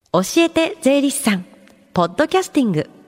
教えて税理士さんポッドキャスティング。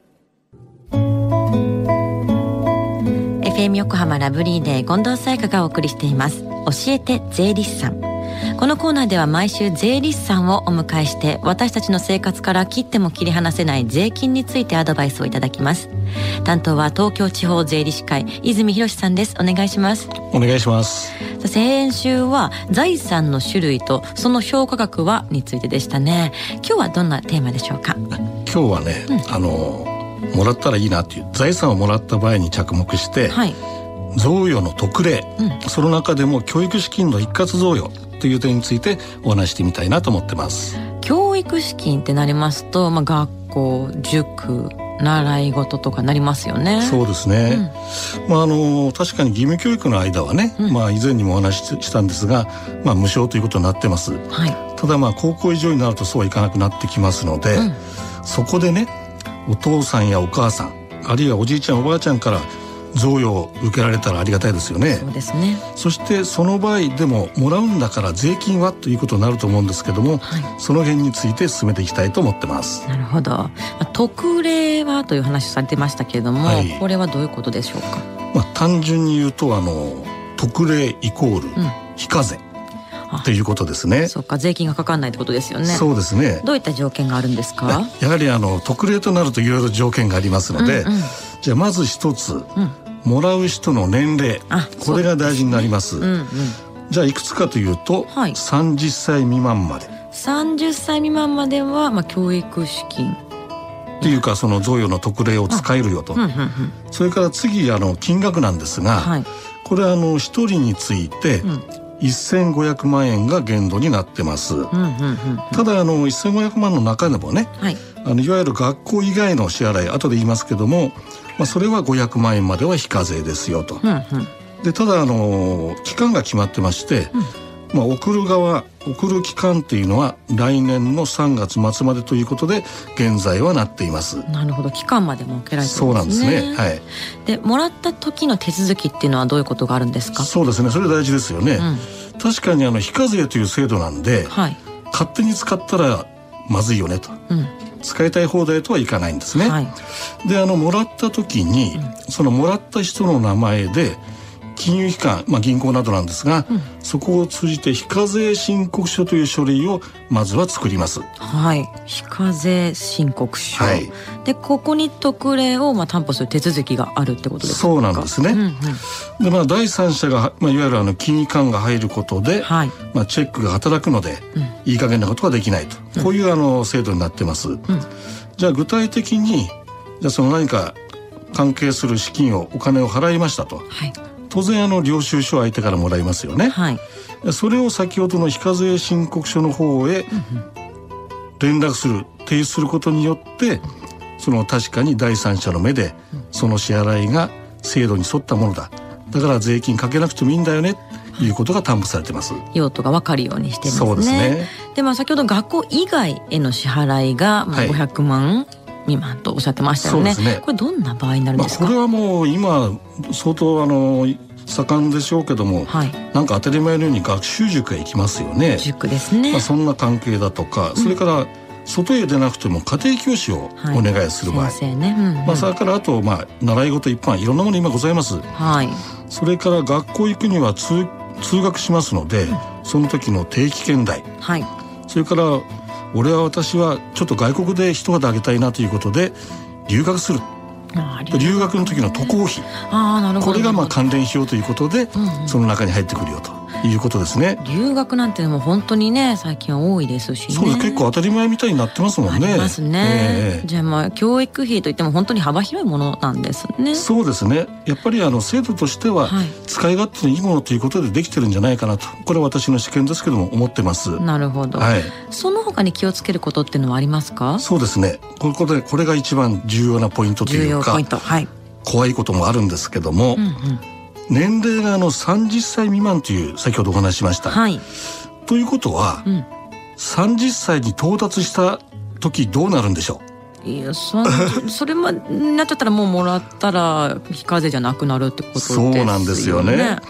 FM 横浜ラブリーデー近藤沙耶香がお送りしています教えて税理士さん。このコーナーでは毎週税理士さんをお迎えして私たちの生活から切っても切り離せない税金についてアドバイスをいただきます。担当は東京地方税理士会泉博さんです。お願いします。 お願いします。 先週は財産の種類とその評価額はについてでしたね。今日はどんなテーマでしょうか。 今日はね、もらったらいいなっていう財産をもらった場合に着目して、はい、贈与の特例、その中でも教育資金の一括贈与という点についてお話してみたいなと思ってます。 教育資金ってなりますと、学校、塾、習い事とかなりますよね。 そうですね、確かに義務教育の間はね、以前にもお話ししたんですが、無償ということになってます、はい、ただ高校以上になるとそうはいかなくなってきますので、そこでねお父さんやお母さんあるいはおじいちゃんおばあちゃんから贈与を受けられたらありがたいですよね。 そうですね。 そしてその場合でももらうんだから税金はということになると思うんですけども、その辺について進めていきたいと思ってます。 なるほど。特例はという話をされてましたけれども、これはどういうことでしょうか。 単純に言うと特例イコール非課税ということですね。 そうか、税金がかかんないってことですよね。 そうですね。 どういった条件があるんですか。 やはり特例となるといろいろ条件がありますので、じゃあまず一つ、もらう人の年齢、これが大事になります。じゃあいくつかというと、30歳未満まで。 30歳未満までは、教育資金っていうかその贈与の特例を使えるよと、それから次金額なんですが、これは1人について、1500万円が限度になってます。ただ1500万の中でもね、いわゆる学校以外の支払い後で言いますけども、それは500万円までは非課税ですよと。でただ期間が決まってまして、送る期間っていうのは来年の3月末までということで現在はなっています。 なるほど、期間まで設けられてるんですね。 そうなんですね。はい。 でもらった時の手続きっていうのはどういうことがあるんですか。 そうですね、それ大事ですよね。確かに非課税という制度なんで、勝手に使ったらまずいよねと、使いたい放題とはいかないんですね。でもらった時に、そのもらった人の名前で金融機関、銀行などなんですが、そこを通じて非課税申告書という書類をまずは作ります。 非課税申告書、でここに特例を担保する手続きがあるってことですか。 そうなんですね。で第三者が、いわゆる金融機関が入ることで、チェックが働くので、いい加減なことができないと、こういう制度になってます。じゃあ具体的にその何か関係する資金をお金を払いましたと、当然領収書を相手からもらいますよね。それを先ほどの非課税申告書の方へ連絡する、提出することによって確かに第三者の目でその支払いが制度に沿ったものだ、だから税金かけなくてもいいんだよねということが担保されてます。 用途が分かるようにしてますね。 そうですね。 で先ほど学校以外への支払いが500万未満とおっしゃってましたよね。これどんな場合になるんですか。 これはもう今相当盛んでしょうけども、なんか当たり前のように学習塾へ行きますよね。 塾ですね。 そんな関係だとか、それから外へ出なくても家庭教師をお願いする場合、 先生ね。 それからあと習い事一般いろんなもの今ございます。それから学校行くには通学しますので、その時の定期券代、それから私はちょっと外国で一肌あげたいなということで留学する、留学の時の渡航費、これが関連費用ということで、その中に入ってくるよということですね。 留学なんても本当にね最近は多いですしね。 そうです、結構当たり前みたいになってますもんね。 ありますね。じゃあ教育費といっても本当に幅広いものなんですね。 そうですね。やっぱり制度としては使い勝手のいいものということでできてるんじゃないかなと、これは私の試験ですけども思ってます。 なるほど。その他に気をつけることっていうのはありますか。 そうですね、これが一番重要なポイントというか、怖いこともあるんですけども、年齢が30歳未満という先ほどお話しました。ということは、30歳に到達した時どうなるんでしょう。 いやそれまなっちゃったらもうもらったら非課税じゃなくなるってことですよね。 そうなんですよね。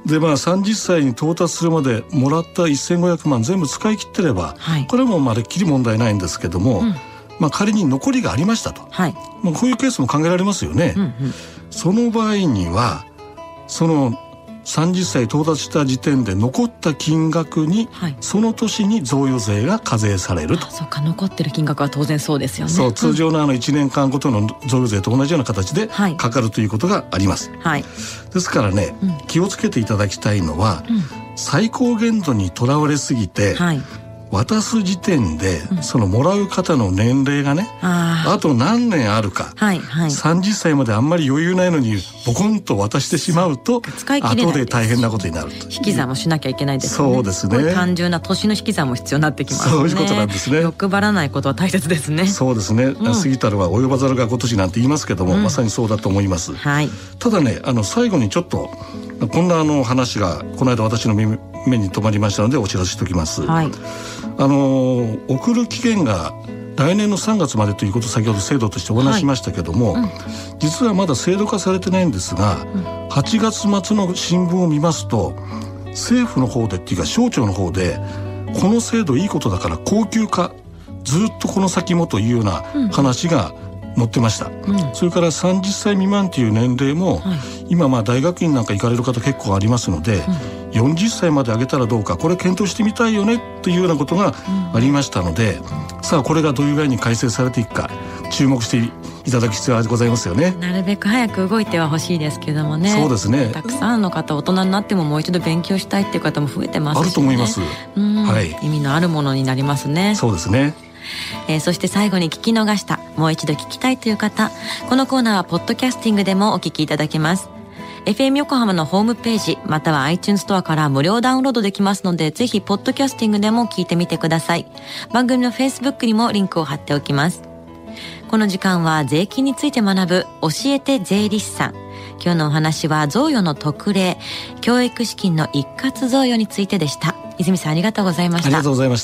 で30歳に到達するまでもらった1500万全部使い切ってれば、これもまるっきり問題ないんですけども、仮に残りがありましたと、こういうケースも考えられますよね。その場合にはその30歳到達した時点で残った金額に、その年に贈与税が課税されると。 そうか、残ってる金額は当然そうですよね。 そう、通常の1年間ごとの贈与税と同じような形でかかるということがあります。ですからね、気をつけていただきたいのは、最高限度にとらわれすぎて、渡す時点でそのもらう方の年齢がね、あと何年あるか、30歳まであんまり余裕ないのにボコンと渡してしまうと後で大変なことになると。 引き算もしなきゃいけないですよね。 そうですね。 単純な年の引き算も必要になってきますね。 そういうことなんですね。 欲張らないことは大切ですね。 そうですね、過ぎたるは及ばざるが如しなんて言いますけども、まさにそうだと思います。ただね、最後にちょっとこんな話がこの間私の目に留まりましたのでお知らせしておきます。送る期限が来年の3月までということを先ほど制度としてお話しましたけども、実はまだ制度化されてないんですが、8月末の新聞を見ますと政府の方でっていうか省庁の方でこの制度いいことだから恒久化ずっとこの先もというような話が載ってました。それから30歳未満という年齢も、今大学院なんか行かれる方結構ありますので、40歳まで上げたらどうか、これ検討してみたいよねというようなことがありましたので、さあこれがどういう具合に改正されていくか注目していただく必要がございますよね。 なるべく早く動いてはほしいですけどもね。 そうですね。 たくさんの方、大人になってももう一度勉強したいっていう方も増えてますしね。 あると思います。 意味のあるものになりますね。 そうですね。 そして最後に聞き逃した、もう一度聞きたいという方、このコーナーはポッドキャスティングでもお聞きいただけます。FM 横浜のホームページまたは iTunes ストアから無料ダウンロードできますので、ぜひポッドキャスティングでも聞いてみてください。番組の Facebook にもリンクを貼っておきます。この時間は税金について学ぶ教えて税理士さん。今日のお話は贈与の特例、教育資金の一括贈与についてでした。泉さん、ありがとうございました。 ありがとうございました。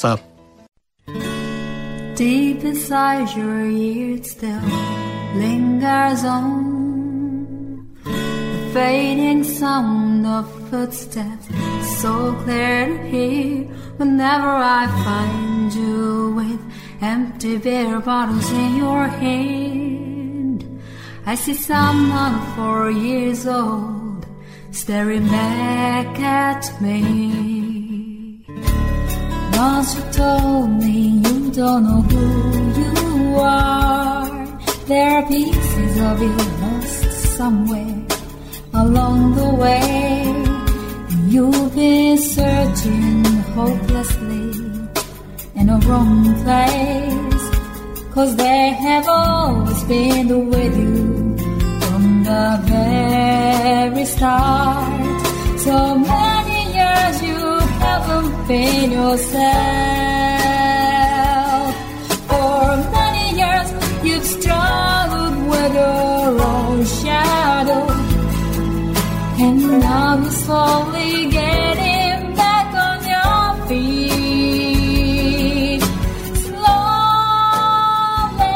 Deep inside your ear it still lingers on the fading sound of footsteps, so clear to hear whenever I find you with empty beer bottles in your hand. I see someone 4 years old staring back at me.Once you told me you don't know who you are. There are pieces of you lost somewhere along the way. And you've been searching hopelessly in a wrong place. 'Cause they have always been with you from the very start. So many years you haven't been yourself. For many years you've struggled with your own shadow, and now you're slowly getting back on your feet. Slowly,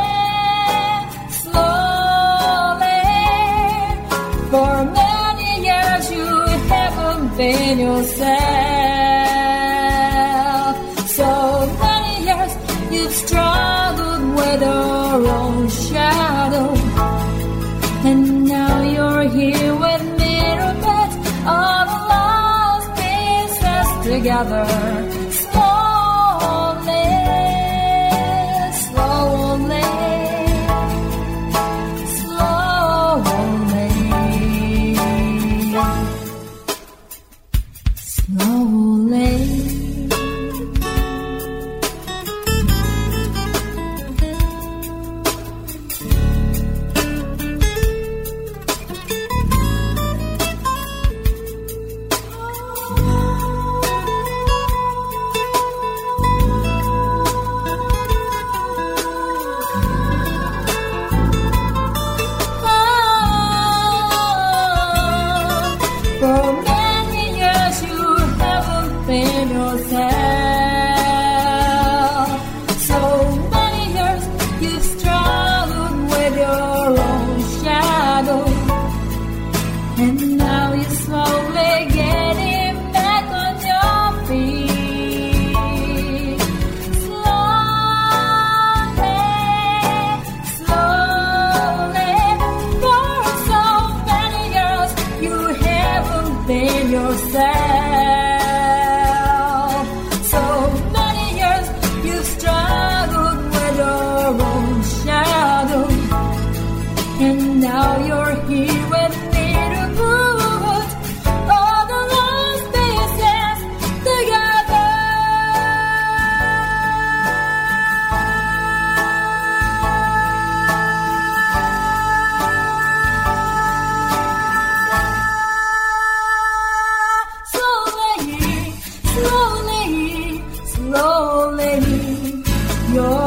slowly. For many years you haven't been yourself.So many years you've struggled with your own shadow, and now you're here with mirror beds, all the lost pieces together. Slowly, slowly, slowly.Slowly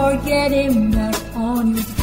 forgetting that on your